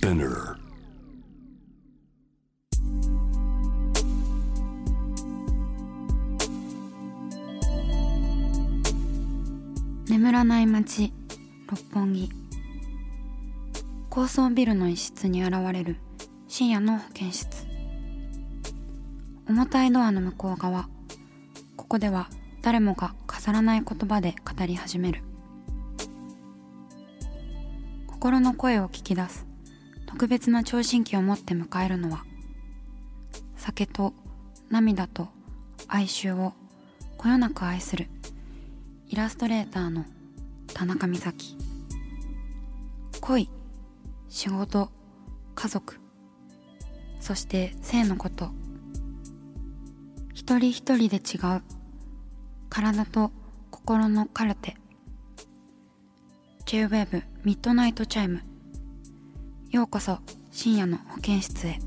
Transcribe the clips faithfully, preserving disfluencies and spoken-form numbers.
Spinner。 眠らない街六本木。高層ビルの一室に現れる深夜の保健室。重たいドアの向こう側、ここでは誰もが飾らない言葉で語り始める。心の声を聞き出す特別な聴診器を持って迎えるのは、酒と涙と哀愁をこよなく愛するイラストレーターの田中美咲。恋、仕事、家族、そして性のこと、一人一人で違う体と心のカルテ。 J-Wave ミッドナイトチャイム。ようこそ深夜の保健室へ。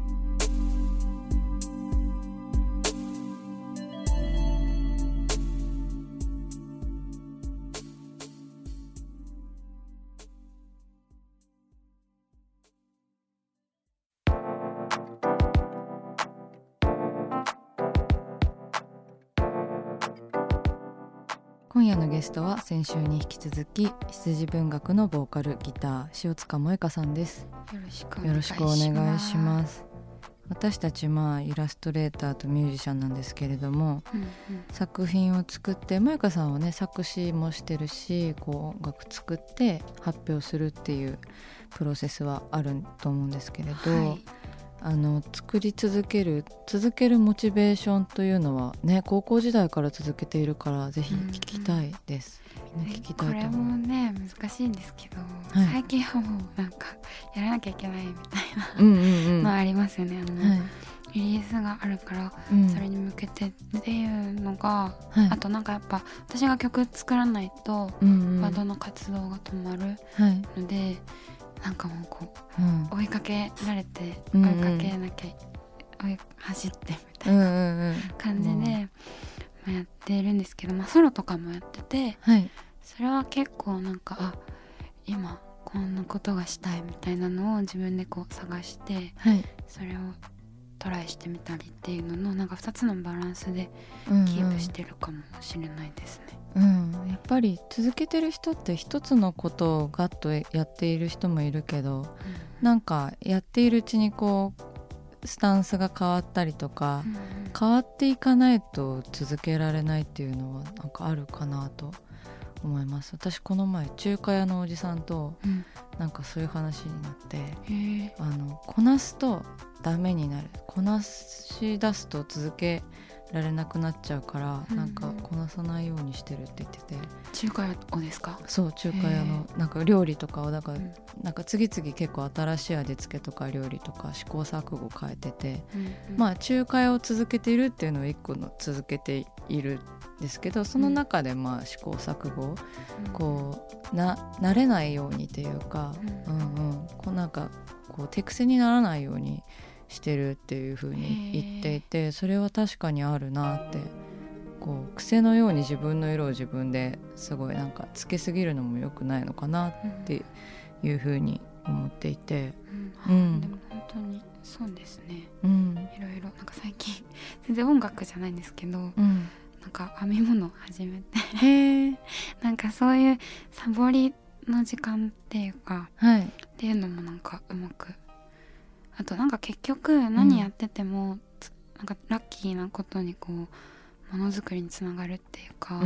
今夜のゲストは先週に引き続き羊文学のボーカルギター塩塚萌香さんです。 よろしくよろしくお願いします。私たちまあイラストレーターとミュージシャンなんですけれども、うんうん、作品を作って萌香さんはね作詞もしてるし、こう音楽作って発表するっていうプロセスはあると思うんですけれど、はい、あの作り続ける続けるモチベーションというのはね、高校時代から続けているからぜひ聞きたいです、うんうん、みんな聞きたいと思う。 これもね難しいんですけど、はい、最近はもうなんかやらなきゃいけないみたいなのありますよね。あの、はい、リリースがあるから、うん、それに向けてっていうのが、はい、あとなんかやっぱ私が曲作らないと、うんうん、バンドの活動が止まるので、はい、なんかもうこう、うん、追いかけられて追いかけなきゃ、追い走ってみたいな感じで、うんうんうん、まあ、やってるんですけど、まあ、ソロとかもやってて、はい、それは結構なんかあ今こんなことがしたいみたいなのを自分でこう探して、はい、それをトライしてみたりっていうののなんかふたつのバランスでキープしてるかもしれないですね。 うんうん、やっぱり続けてる人って一つのことをガッとやっている人もいるけど、うん、なんかやっているうちにこうスタンスが変わったりとか、うん、変わっていかないと続けられないっていうのはなんかあるかなと思います。私この前中華屋のおじさんとなんかそういう話になって、うん、あのこなすとダメになる、こなし出すと続けられなくなっちゃうから、うん、なんかこなさないようにしてるって言ってて。 中華屋をですか？ そう中華屋のなんか料理とかをだから、うん、なんか次々結構新しい味付けとか料理とか試行錯誤変えてて、うんうん、まあ中華屋を続けているっていうのを一個の続けているんですけど、その中でまあ試行錯誤、うん、こうな慣れないようにっていうか、うんうんうん、こうなんかこう手癖にならないようにしてるっていう風に言っていて、それは確かにあるなって。こう癖のように自分の色を自分ですごいなんかつけすぎるのも良くないのかなっていう風に思っていて、 うんうん、でも本当にそうですね、うん、いろいろなんか最近全然音楽じゃないんですけど、うん、なんか編み物を始めてへなんかそういうサボりの時間っていうか、はい、っていうのもなんかうまく、あとなんか結局何やってても、うん、なんかラッキーなことにこうものづくりにつながるっていうか、うんうん、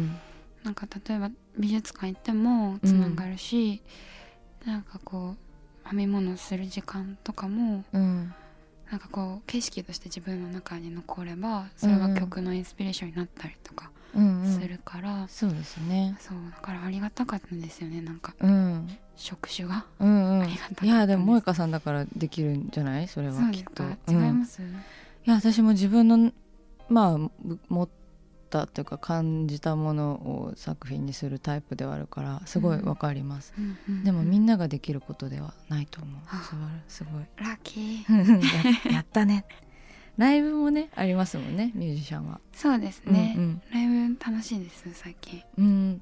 なんか例えば美術館行ってもつながるし、うん、なんかこう編み物する時間とかも、うん、なんかこう景色として自分の中に残ればそれが曲のインスピレーションになったりとかするから、うんうん、 そうですね。 そうだからありがたかったんですよね。なんか、うん、職種が、 うんうん、 ありがたかったです。 いやでも萌香さんだからできるんじゃない？それはきっと。 違います、うん、いや私も自分のまあ持ったというか感じたものを作品にするタイプではあるからすごいわかります、うんうんうん、でもみんなができることではないと思う。すごいラッキーや, やったね。ライブもねありますもんね、ミュージシャンは。 そうですね、うんうん、ライブ楽しいです最近。 うん、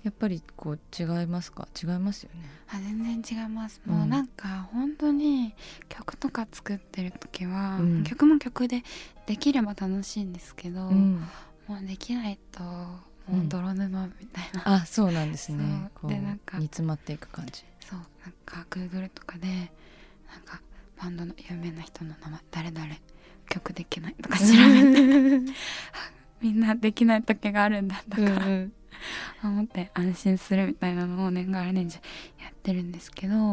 やっぱりこう違いますか？違いますよね。 あ、全然違います。もうなんか本当に曲とか作ってる時は、うん、曲も曲でできれば楽しいんですけど、うん、もうできないともう泥沼みたいな、 うん、あ、そうなんですね。こうでなんか煮詰まっていく感じ。 そう、なんか Google とかでなんかバンドの有名な人の名前誰々曲できないとか調べてみんなできない時があるんだとか、うんうん思って安心するみたいなのを年がら年中やってるんですけど、うんうん、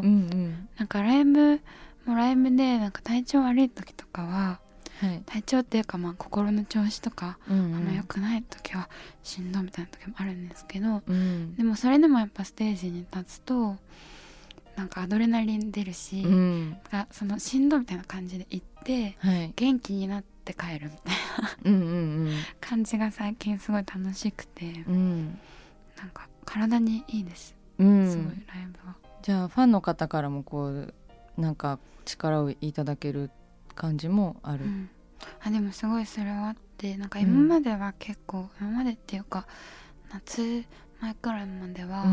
なんかライブもライブでなんか体調悪い時とかは、はい、体調っていうかまあ心の調子とか、うんうん、あんま良くない時はしんどみたいな時もあるんですけど、うん、でもそれでもやっぱステージに立つとなんかアドレナリン出るし、うん、そのしんどみたいな感じで行って、はい、元気になって帰るみたいなうんうん、うん、感じが最近すごい楽しくて、うん、なんか体にいいです、うん、すごいライブは。 じゃあファンの方からもこうなんか力をいただける感じもある、うん、 あでもすごいそれはあって、なんか今までは結構、うん、今までっていうか夏前くらいまでは、うん、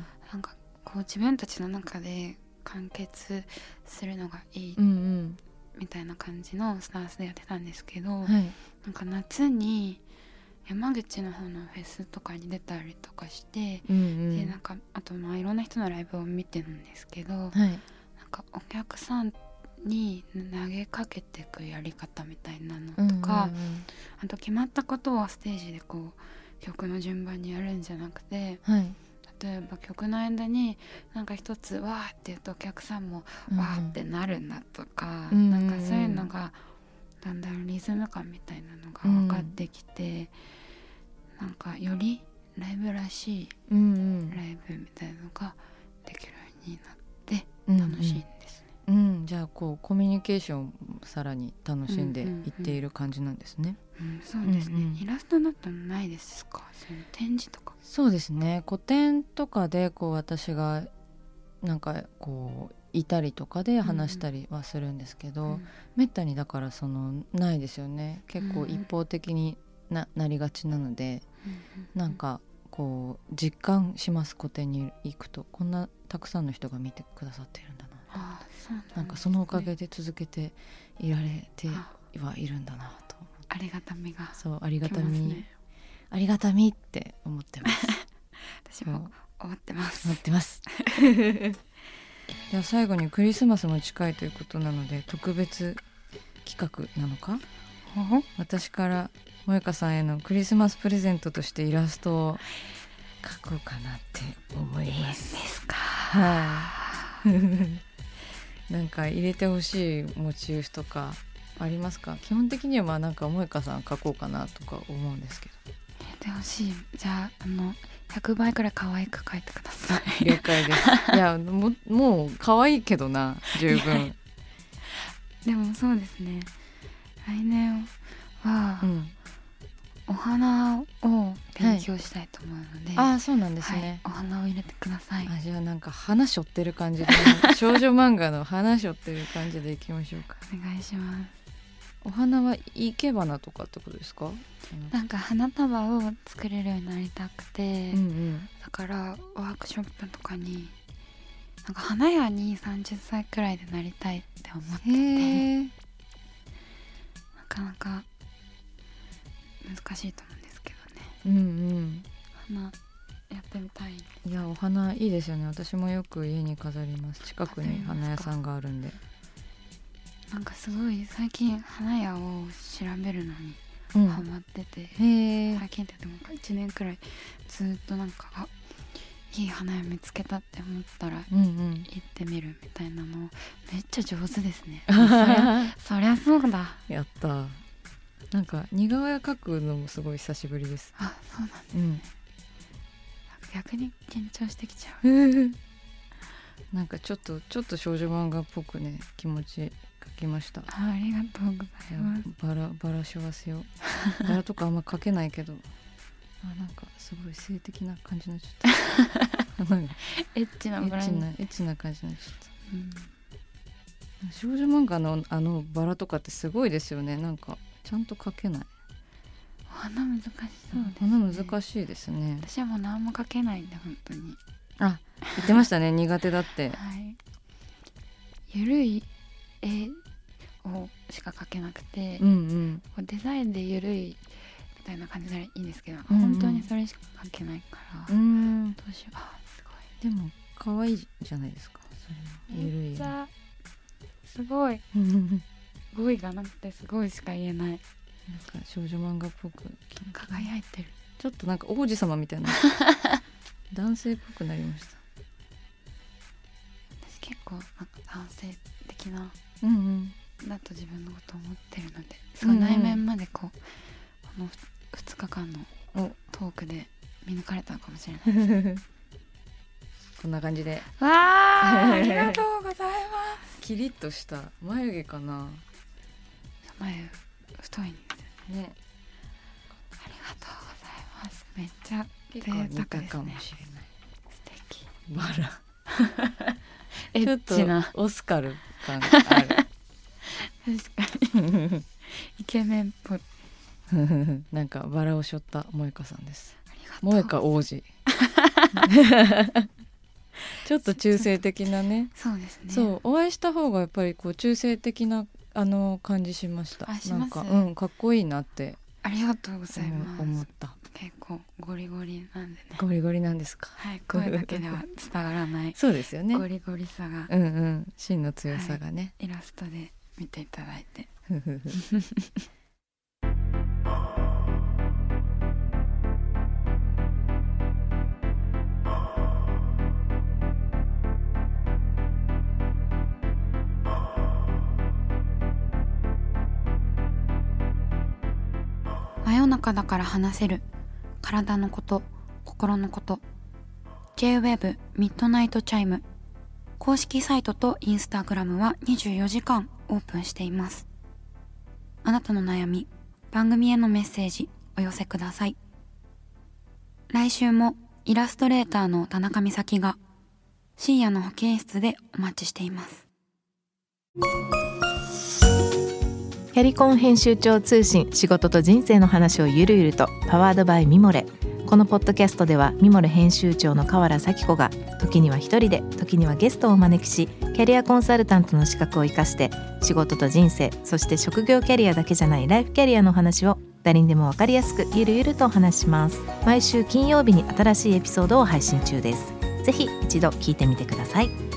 なんかこう自分たちの中で完結するのがいい、うんうんみたいな感じのスタンスでやってたんですけど、はい、なんか夏に山口の方のフェスとかに出たりとかして、うんうん、でなんかあとまあいろんな人のライブを見てるんですけど、はい、なんかお客さんに投げかけていくやり方みたいなのとか、うんうんうん、あと決まったことをステージでこう曲の順番にやるんじゃなくて、はい、例えば曲の間になんか一つわーって言うとお客さんもわーってなるんだとか、うん、なんかそういうのがだんだんリズム感みたいなのが分かってきて、うん、なんかよりライブらしいライブみたいなのができるようになって楽しいんですね、 うんうんうん、じゃあこうコミュニケーションをさらに楽しんでいっている感じなんですね、 うんうんうん、そうですね、うんうん、イラストだとないですか？そういう展示とか。 そうですね、個展とかでこう私がなんかこういたりとかで話したりはするんですけど、うん、めったにだからそのないですよね。結構一方的に な, なりがちなので、うん、なんかこう実感します。個展に行くとこんなたくさんの人が見てくださっているんだな、あ、そうなんですね、なんかそのおかげで続けていられてはいるんだなと、 ありがたみが、 そうありがたみ、ね、ありがたみって思ってます私も思ってます思ってますでは最後にクリスマスも近いということなので特別企画なのか、私から萌香さんへのクリスマスプレゼントとしてイラストを描こうかなって思います。 いいですか？ はいなんか入れてほしいモチーフとかありますか？基本的にはまあなんか萌香さん描こうかなとか思うんですけど。 入れてほしい。じゃああのひゃくばいくらい可愛く描いてください。 了解ですいや も, もう可愛いけどな十分でもそうですね、来年は、うん、お花を勉強したいと思うので、 はい、あ、そうなんですね、 はい、お花を入れてください。 あ、じゃあなんか花しょってる感じで少女漫画の花しょってる感じでいきましょうか。 お願いします。 お花は生け花とかってことですか？ なんか花束を作れるようになりたくて、うんうん、だからワークショップとかになんか花屋にさんじゅっさいくらいでなりたいって思ってて、なかなか難しいと思うんですけどね、うんうん、花やってみたい。 いやお花いいですよね。私もよく家に飾ります。近くに花屋さんがあるんで。 なんかすごい最近花屋を調べるのにハマってて、うん、最近ってでもいちねんくらいずっとなんかあいい花屋見つけたって思ったら行ってみるみたいなのめっちゃ上手ですねそりゃ、そりゃそうだ。 やった。なんか似顔絵描くのもすごい久しぶりです。 あ、そうなんですね、うん、逆に緊張してきちゃうなんかちょっとちょっと少女漫画っぽくね気持ち描きました。 あ, ありがとうございます。 バラバラしわせよバラとかあんま描けないけどあ、なんかすごい性的な感じになっちゃったエッチなバラにエッチな感じになっちゃった、うん、少女漫画のあのバラとかってすごいですよね。なんかちゃんと描けない。 花難しそうですね。 花難しいですね。 私はもう何も描けないんで本当に。 あ、言ってましたね苦手だって。 はい、ゆるい絵をしか描けなくて、うんうん、デザインでゆるいみたいな感じならいいんですけど、うんうん、本当にそれしか描けないから、うん、どうしよう。あ、すごい。 でも可愛いじゃないですか。それゆるい。 めっちゃすごい語彙がなくてすごいしか言えない。なんか少女漫画っぽく輝いてる。 ちょっとなんか王子様みたいな男性っぽくなりました。 私結構なんか男性的な、 うんうん、 だと自分のこと思ってるので、すごい内面までこう、うんうん、このふつかかんのトークで見抜かれたのかもしれないですこんな感じで。 わーありがとうございますキリッとした眉毛かな。 眉太いんですね。ありがとうございます。めっちゃ結構似たかもしれない。 素敵。 バラエッチなちょっとオスカル感がある確かにイケメンっぽいなんかバラを背負った萌香さんです。萌香王子ちょっと中性的なね。 そうですね。 そうお会いした方がやっぱりこう中性的なあの感じしました。 あ、します。 なんか、うん、かっこいいなってありがとうございます思った。 結構ゴリゴリなんでね。 ゴリゴリなんですか。 はい、声だけでは伝わらないそうですよね。 ゴリゴリさが、 うんうん、芯の強さがね、 はい、イラストで見ていただいて真夜中だから話せる体のこと、心のこと。 J-ウェブ ミッドナイトチャイム公式サイトとインスタグラムはにじゅうよじかんオープンしています。あなたの悩み、番組へのメッセージお寄せください。来週もイラストレーターの田中美咲が深夜の保健室でお待ちしています。 キャリコン編集長通信、仕事と人生の話をゆるゆると、パワードバイミモレ。このポッドキャストではミモレ編集長の河原咲子が時には一人で、時にはゲストをお招きし、キャリアコンサルタントの資格を生かして仕事と人生、そして職業キャリアだけじゃないライフキャリアの話を誰にでも分かりやすくゆるゆるとお話します。毎週金曜日に新しいエピソードを配信中です。ぜひ一度聞いてみてください。